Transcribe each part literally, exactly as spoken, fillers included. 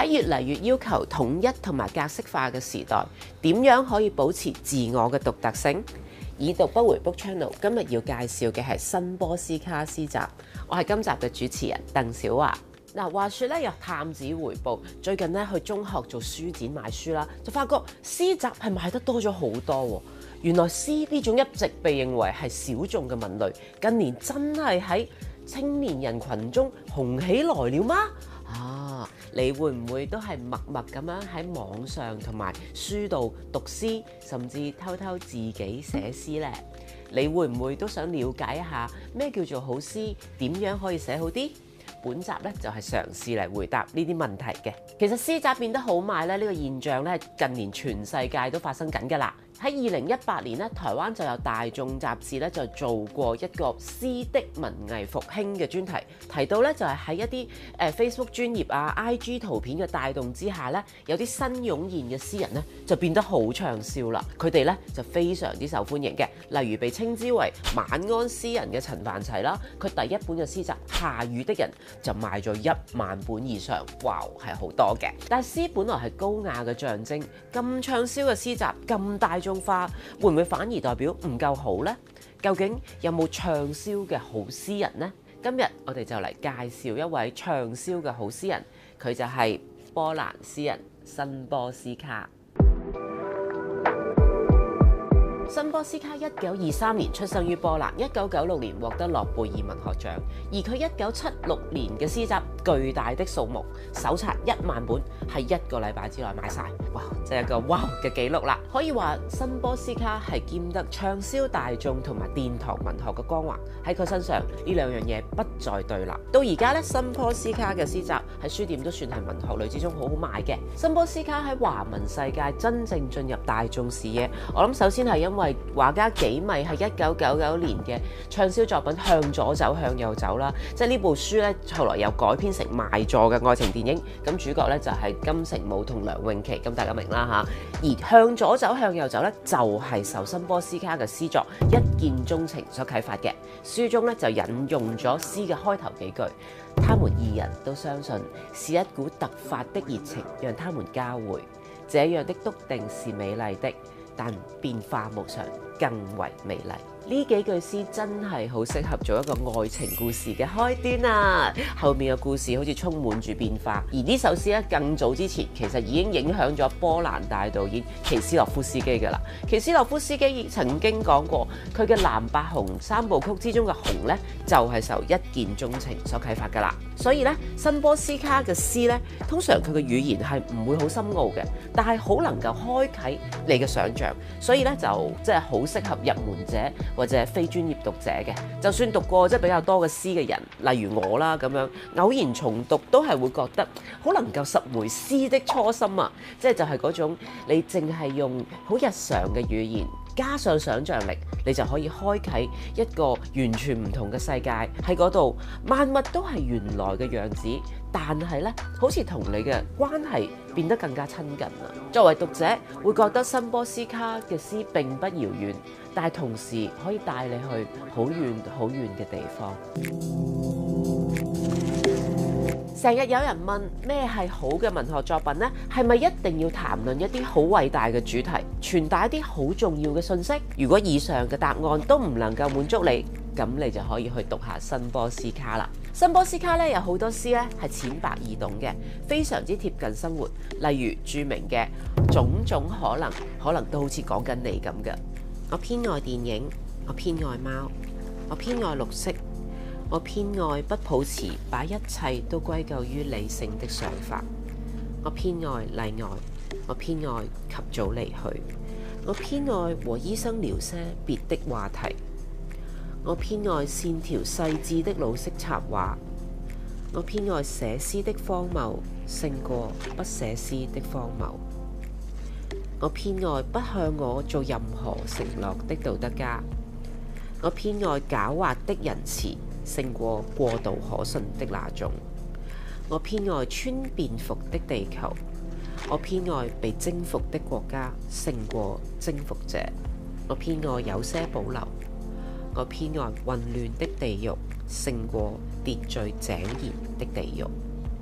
喺越嚟越要求統一同埋格式化嘅時代，點樣可以保持自我嘅獨特性？已讀不回 Book Channel 今日要介紹嘅係新波斯卡詩集，我係今集嘅主持人鄧小華。嗱，話說咧，有探子回報，最近咧去中學做書展買書啦，就發覺詩集係賣得多咗好多喎。原來詩呢種一直被認為係小眾嘅文類，近年真係喺青年人群中紅起來了嗎？啊，你會唔會都係默默咁樣喺網上同埋書度讀詩，甚至偷偷自己寫詩呢？你會唔會都想了解一下咩叫做好詩，點樣可以寫好啲？本集咧就係嘗試嚟回答呢啲問題嘅。其實詩集變得好賣咧，呢個現象咧近年全世界都發生緊㗎啦。喺二零一八年咧，台灣就有大眾雜誌咧就做過一個詩的文藝復興嘅專題，提到咧就係喺一啲誒 Facebook 專頁啊、I G 圖片嘅帶動之下咧，有啲新湧現嘅詩人咧就變得好暢銷啦。佢哋咧就非常之受歡迎嘅，例如被稱之為晚安詩人嘅陳凡齊啦，佢第一本嘅詩集《下雨的人》就賣咗一萬本以上，哇，係好多嘅。但係詩本來係高雅嘅象徵，咁暢銷嘅詩集咁大眾化，會唔會反而代表唔夠好呢？究竟有冇暢銷嘅好詩人呢？今日我哋就嚟介紹一位暢銷嘅好詩人，佢就係波蘭詩人辛波絲卡。辛波絲卡一九二三年出生於波蘭，一九九六年獲得諾貝爾文學獎，而佢一九七六年嘅詩集《巨大的數目》首冊一萬本，喺一個禮拜之內賣晒，哇！即係一個哇嘅紀錄啦。可以話辛波絲卡係兼得暢銷大眾同埋殿堂文學嘅光環，喺佢身上呢兩樣嘢不再對立。到而家咧，辛波絲卡嘅詩集喺書店都算係文學類之中好好賣嘅。辛波絲卡喺華文世界真正進入大眾視野，我諗首先係因為畫家幾米喺一九九九年嘅暢銷作品《向左走向右走》啦，即係呢部書咧後來又改編成賣座嘅愛情電影，咁主角咧就係金城武同梁詠琪，咁大家明啦嚇。而《向左走向右走》咧就係受辛波絲卡嘅詩作《一見鍾情》所啟發嘅，書中咧就引用咗詩嘅開頭幾句，他們二人都相信是一股突發的熱情讓他們交匯，這樣的篤定是美麗的，但變化無常更為美麗。呢幾句詩真係好適合做一個愛情故事嘅開端啊！後面嘅故事好似充滿住變化。而呢首詩咧，更早之前其實已經影響咗波蘭大導演奇斯洛夫斯基㗎啦。奇斯洛夫斯基曾經講過，佢嘅藍白紅三部曲之中嘅紅咧，就係受一見鍾情所啟發㗎啦。所以咧，辛波絲卡嘅詩咧，通常佢嘅語言係唔會好深奧嘅，但係好能夠開啟你嘅想像，所以咧就即係好適合入門者或者非專業讀者嘅。就算讀過即係比較多嘅詩嘅人，例如我啦咁樣，偶然重讀都係會覺得好能夠拾回詩的初心啊！即係就係嗰種你淨係用好日常嘅語言，加上想像力，你就可以開啟一個完全唔同嘅世界。喺嗰度，萬物都係原來嘅樣子，但係咧，好似同你嘅關係變得更加親近啦。作為讀者，會覺得辛波絲卡嘅詩並不遙遠，但係同時可以帶你去好遠好遠嘅地方。成日有人問咩係好嘅文學作品呢？係咪一定要談論一啲好偉大嘅主題，傳達一啲好重要嘅信息？如果以上嘅答案都唔能夠滿足你，咁你就可以去讀下辛波絲卡啦。辛波絲卡咧有好多詩咧係淺白易懂嘅，非常之貼近生活。例如著名嘅種種可能，可能都好似講緊你咁嘅。我偏愛電影，我偏愛貓，我偏愛綠色。我偏愛不抱持把一切都歸咎於理性的想法，我偏愛例外，我偏愛及早離去，我偏愛和醫生聊些別的話題，我偏愛線條細緻的老式插畫，我偏愛寫詩的荒謬勝過不寫詩的荒謬，我偏愛不向我做任何承諾的道德家，我偏愛狡猾的仁慈勝過過度可信的那種，我偏愛穿便服的地球，我偏愛被征服的國家勝過征服者，我偏愛有些保留，我偏愛混亂的地獄勝過秩序井然的地獄。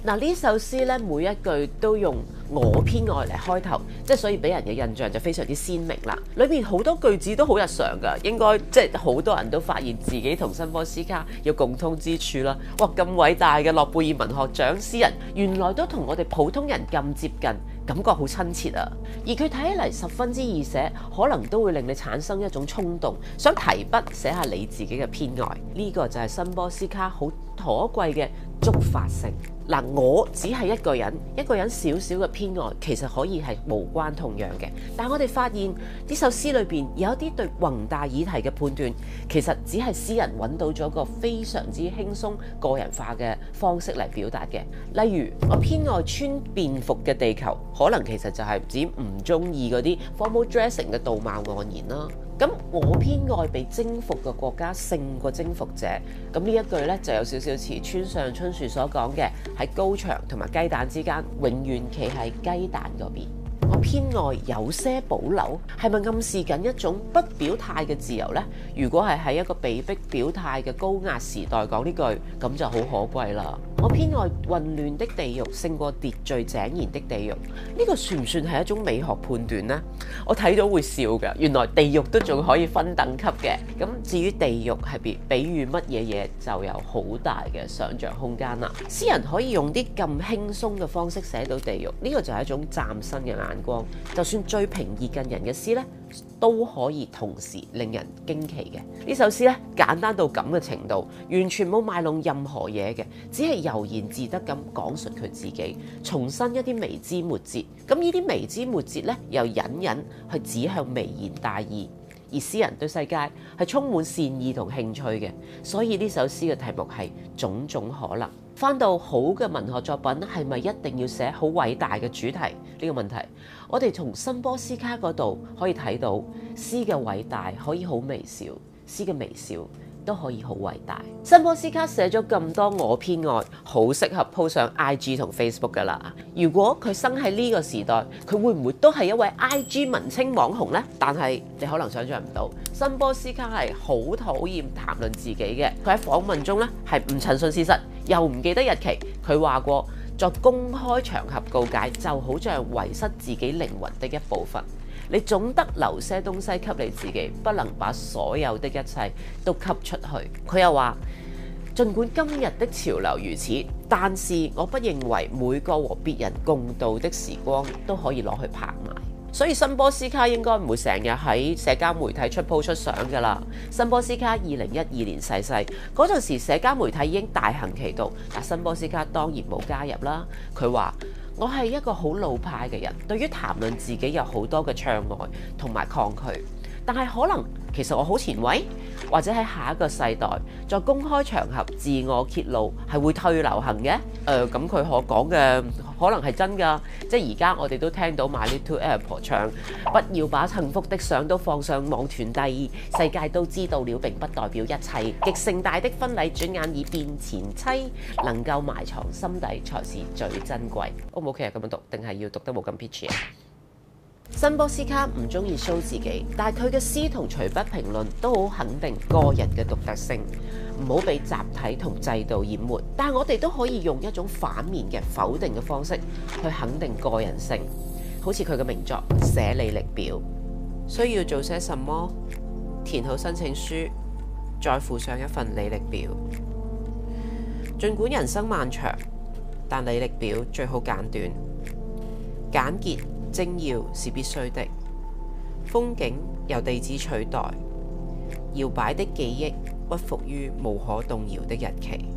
嗱，呢首詩咧每一句都用我偏愛嚟開頭，即係所以俾人嘅印象就非常之鮮明啦。裏邊好多句子都好日常㗎，應該即係好多人都發現自己同辛波絲卡有共通之處啦。哇！咁偉大嘅諾貝爾文學獎詩人，原來都同我哋普通人咁接近，感覺好親切啊！而佢睇起嚟十分之易寫，可能都會令你產生一種衝動，想提筆寫下你自己嘅偏愛。呢、這個就係辛波絲卡好可貴嘅觸發性。嗱，我只係一個人，一個人少少嘅偏愛，其實可以係無關痛癢嘅。但係我哋發現呢首詩裏邊有一啲對宏大議題嘅判斷，其實只係詩人揾到咗個非常之輕鬆個人化嘅方式嚟表達嘅。例如，我偏愛穿便服嘅地球，可能其實就係指唔中意嗰啲 formal dressing 嘅道貌岸然啦。咁我偏愛被征服嘅國家勝過征服者，咁呢一句呢，就有少少似村上春樹所講嘅，喺高牆同埋雞蛋之間，永遠企喺雞蛋嗰邊。我偏愛有些保留，係咪暗示緊一種不表態嘅自由呢？如果係喺一個被逼表態嘅高壓時代講呢句，咁就好可貴啦。我偏愛混亂的地獄勝過秩序井然的地獄，呢個算唔算係一種美學判斷呢？我睇到會笑㗎，原來地獄都仲可以分等級嘅。咁至於地獄係比比喻乜嘢嘢，就有好大嘅想像空間啦。詩人可以用啲咁輕鬆嘅方式寫到地獄，呢個就係一種嶄新嘅眼光。就算最平易近人嘅詩呢，都可以同時令人驚奇嘅。呢首詩呢，簡單到咁嘅程度，完全冇賣弄任何嘢嘅，只係悠然自得咁講述佢自己，重申一啲微枝末節。咁呢啲微枝末節呢，又隱隱去指向微言大義。而詩人對世界係充滿善意同興趣嘅，所以呢首詩嘅題目係種種可能。翻到好嘅文學作品係咪一定要寫好偉大嘅主題呢個問題，我哋從辛波絲卡嗰度可以睇到詩嘅偉大可以好微小，詩嘅微小都可以好偉大。辛波絲卡寫咗咁多我偏愛，好適合 po 上 I G 同 Facebook 噶啦。如果佢生喺呢個時代，佢會唔會都係一位 I G 文青網紅呢？但係你可能想象唔到，辛波絲卡係好討厭談論自己嘅。佢喺訪問中咧係唔陳述事實，又唔記得日期。佢話過，在公開場合告解就好像遺失自己靈魂的一部分。你總得留些東西給你自己，不能把所有的一切都給出去。佢又話，儘管今日的潮流如此，但是我不認為每個和別人共度的時光都可以攞去拍賣。所以辛波絲卡應該唔會成日喺社交媒體出 po 出相㗎啦。辛波絲卡二零一二年逝世，嗰陣時社交媒體已經大行其道，但辛波絲卡當然冇加入啦。佢話：我係一個好老派嘅人，對於談論自己有好多嘅障礙同埋抗拒，但係可能其實我好前衛，或者喺下一個世代在公開場合自我揭露係會退流行嘅。誒咁佢可講嘅可能係真㗎，即係而家我哋都聽到 My Little Airport 唱，不要把幸福的相都放上網傳遞，世界都知道了並不代表一切，極盛大的婚禮轉眼已變前妻，能夠埋藏心底才是最珍貴。O 唔 OK 啊？咁樣讀定係要讀得冇咁 pitchy 啊？辛波絲卡唔中意 show 自己，但係佢嘅詩同隨筆評論都好肯定個人嘅獨特性，唔好俾集體同制度淹沒。但係我哋都可以用一種反面嘅否定嘅方式去肯定個人性，好似佢嘅名作《寫履歷表》。需要做些什麼？填好申請書，再附上一份履歷表。儘管人生漫長，但履歷表最好簡短、簡潔。精要是必須的，風景由地址取代，搖擺的記憶屈服於無可動搖的日期。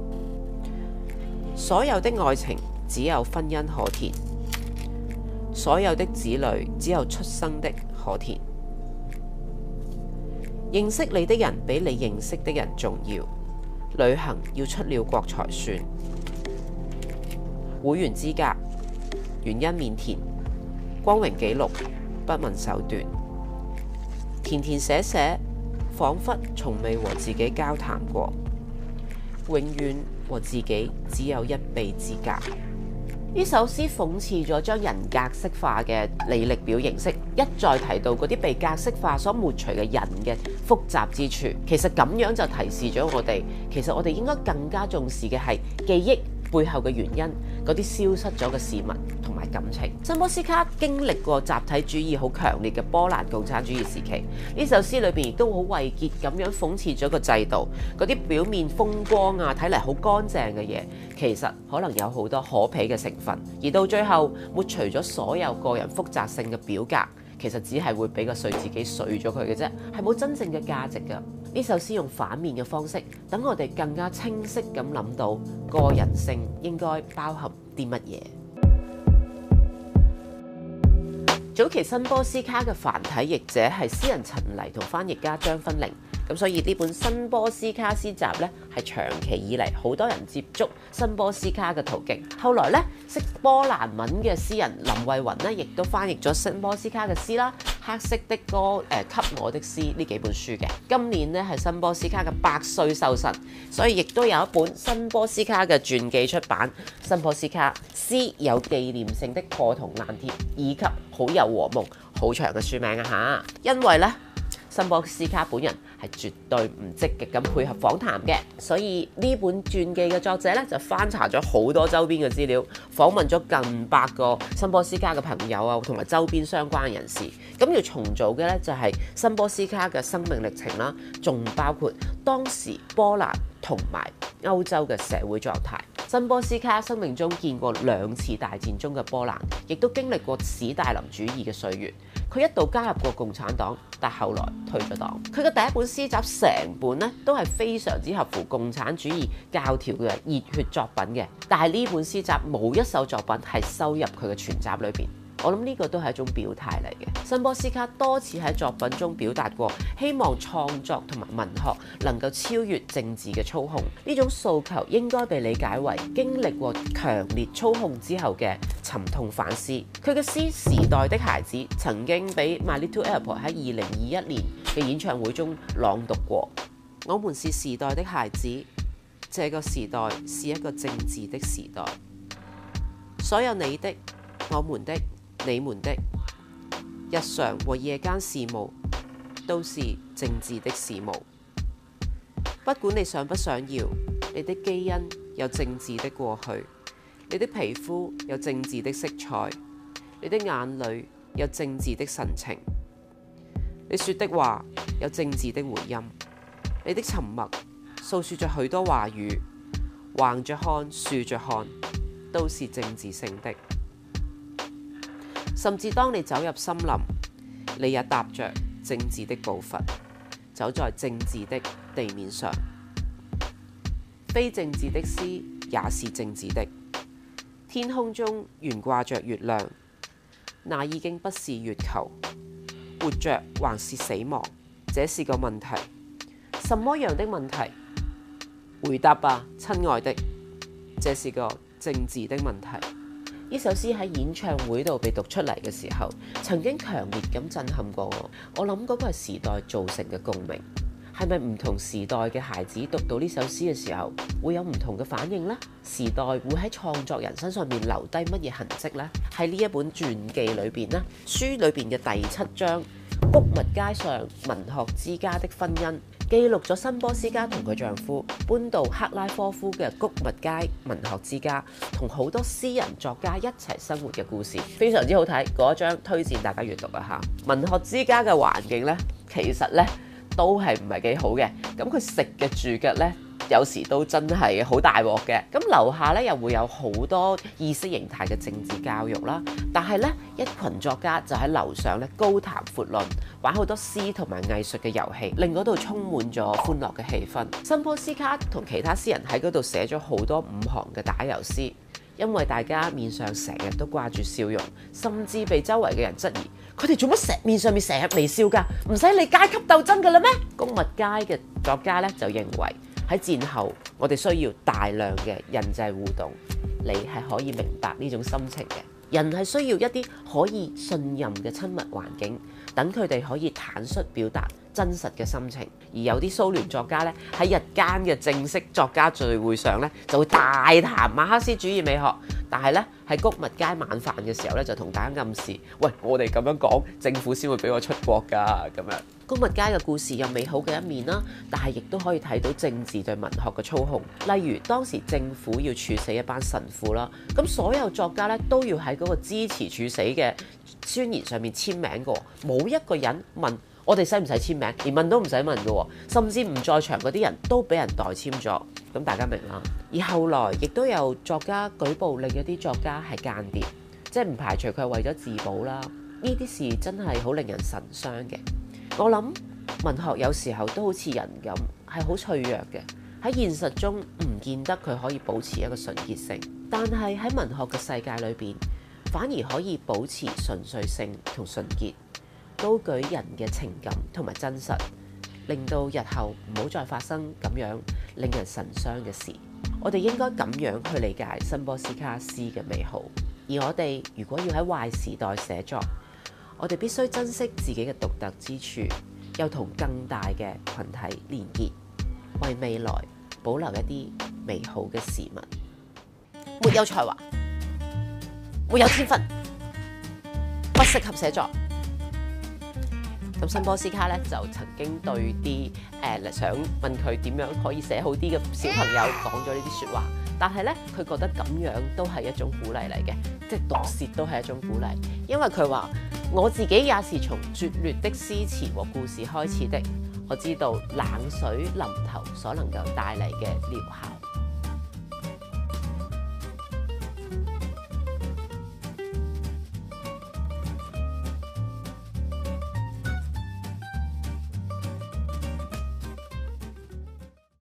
所有的愛情只有婚姻可填，所有的子女只有出生的可填。認識你的人比你認識的人重要，旅行要出了國才算。會員資格，原因免填。光榮記錄，不問手段，填填寫寫，彷彿從未和自己交談過，永遠和自己只有一臂之隔。呢首詩諷刺咗將人格式化嘅履歷表形式，一再提到嗰啲被格式化所抹除嘅人嘅複雜之處。其實咁樣就提示咗我哋，其實我哋應該更加重視嘅係記憶背後嘅原因，嗰啲消失咗嘅事物同埋感情。辛波絲卡經歷過集體主義好強烈嘅波蘭共產主義時期，呢首詩裏邊亦都好慧結咁樣諷刺咗個制度，嗰啲表面風光啊，睇嚟好乾淨嘅嘢，其實可能有好多可鄙嘅成分，而到最後抹除咗所有個人複雜性嘅表格，其實只係會俾個碎自己碎咗佢嘅啫，係冇真正嘅價值㗎。呢首詩用反面嘅方式，等我哋更加清晰咁諗到個人性應該包含啲乜嘢。早期辛波絲卡嘅繁體譯者係詩人陳黎同翻譯家張芬玲，咁所以呢本辛波絲卡詩集咧係長期以嚟好多人接觸辛波絲卡嘅途徑。後來咧識波蘭文嘅詩人林慧雲咧，亦都翻譯咗辛波絲卡嘅詩啦，《黑色的歌》誒、呃，給我的詩呢幾本書嘅。今年咧係辛波絲卡嘅百歲壽辰，所以亦都有一本辛波絲卡嘅傳記出版。辛波絲卡詩有紀念性的破銅爛鐵，以及好有和夢，好長嘅書名啊嚇！因為咧辛波絲卡本人係絕對唔積極咁配合訪談嘅，所以呢本傳記嘅作者咧就翻查咗好多周邊嘅資料，訪問咗近百個辛波絲卡嘅朋友啊，同埋周邊相關人士。咁要重組嘅咧就係辛波絲卡嘅生命歷程啦，仲包括當時波蘭同埋歐洲嘅社會狀態。辛波絲卡生命中見過兩次大戰中嘅波蘭，亦都經歷過史大林主義嘅歲月。佢一度加入過共產黨，但後來退咗黨。佢嘅第一本詩集成本咧都係非常之合乎共產主義教條嘅熱血作品嘅，但係呢本詩集冇一首作品係收入佢嘅全集裏邊。我諗呢個都係一種表態嚟嘅。辛波絲卡多次喺作品中表達過，希望創作同埋文學能夠超越政治嘅操控。呢種訴求應該被理解為經歷過強烈操控之後嘅沉痛反思。佢嘅詩《時代的孩子》曾經俾 My Little Airport 喺二零二一年嘅演唱會中朗讀過。我們是時代的孩子，這個時代是一個政治的時代，所有你的、我們的、你們的日常和夜間事務都是政治的事務。不管你想不想要，你的基因有政治的過去，你的皮膚有政治的色彩，你的眼淚有政治的神情，你說的話有政治的回音，你的沉默訴說着許多話語，橫着看，豎着看，都是政治性的。甚至當你走入森林，你也踏着政治的步伐，走在政治的地面上。非政治的詩也是政治的。天空中懸掛着月亮，那已經不是月球。活着還是死亡，這是個問題。什麼樣的問題？回答吧，親愛的，這是個政治的問題。呢首詩喺演唱會度被讀出嚟嘅時候，曾經強烈咁震撼過我。我諗嗰個係時代造成嘅共鳴，係咪唔同時代嘅孩子讀到呢首詩嘅時候，會有唔同嘅反應呢？時代會喺創作人身上面留低乜嘢痕跡呢？喺呢一本傳記裏邊呢，書裏邊嘅第七章《谷物街上文學之家的婚姻》，記錄咗辛波絲卡同佢丈夫搬到克拉科夫嘅谷物街文學之家，同好多詩人作家一齊生活嘅故事，非常之好睇。嗰一章推薦大家閱讀啊嚇！文學之家嘅環境呢，其實呢都係唔係幾好嘅。咁佢食嘅住嘅呢，有時都真係好大鑊嘅。咁樓下呢，又會有好多意識形態嘅政治教育啦。但係呢，一群作家就喺樓上呢高談闊論，玩好多詩同埋藝術嘅遊戲，令嗰度充滿咗歡樂嘅氣氛。辛波絲卡同其他詩人喺嗰度寫咗好多五行嘅打油詩，因為大家面上成日都掛住笑容，甚至被周圍嘅人質疑，佢哋做乜成面上面成日微笑㗎？唔使理階級鬥爭㗎啦咩？谷物街嘅作家咧就認為喺戰後，我哋需要大量嘅人際互動，你係可以明白呢種心情嘅。人係需要一啲可以信任嘅親密環境，等佢哋可以坦率表達真實嘅心情。而有啲蘇聯作家咧喺日間嘅正式作家聚會上咧，就會大談馬克思主義美學， 但係咧喺谷物街晚飯嘅時候咧，就同大家暗示：喂，我哋咁樣講，政府先會俾我出國㗎咁樣。谷物街嘅故事有美好嘅一面啦，但係亦都可以睇到政治對文學嘅操控。例如當時政府要處死一班神父啦，咁所有作家咧都要喺嗰個支持處死嘅宣言上面簽名嘅，冇一個人問我哋使唔使簽名，連問都唔使問嘅，甚至唔在場嗰啲人都俾人代簽咗。咁大家明啦。而後來亦都有作家舉報另一啲作家係間諜，即係唔排除佢係為咗自保啦。呢啲事真係好令人神傷嘅。我諗文學有時候都好似人咁，係好脆弱嘅。喺現實中唔見得佢可以保持一個純潔性，但係喺文學嘅世界裏邊，反而可以保持純粹性同純潔，高舉人嘅情感同埋真實，令到日後唔好再發生咁樣令人神傷嘅事。我哋應該咁樣去理解辛波絲卡詩嘅美好。而我哋如果要喺壞時代寫作，我哋必須珍惜自己嘅獨特之處，又同更大嘅群體連結，為未來保留一啲美好嘅事物。沒有才華，沒有天分，不適合寫作。咁辛波絲卡咧就曾經對啲誒、呃、想問佢點樣可以寫好啲嘅小朋友講咗呢啲説話，但係咧佢覺得咁樣都係一種鼓勵嚟嘅，即係讀詩都係一種鼓勵，因為佢話我自己也是從拙劣的詩詞和故事開始的，我知道冷水淋頭所能夠帶嚟嘅療效。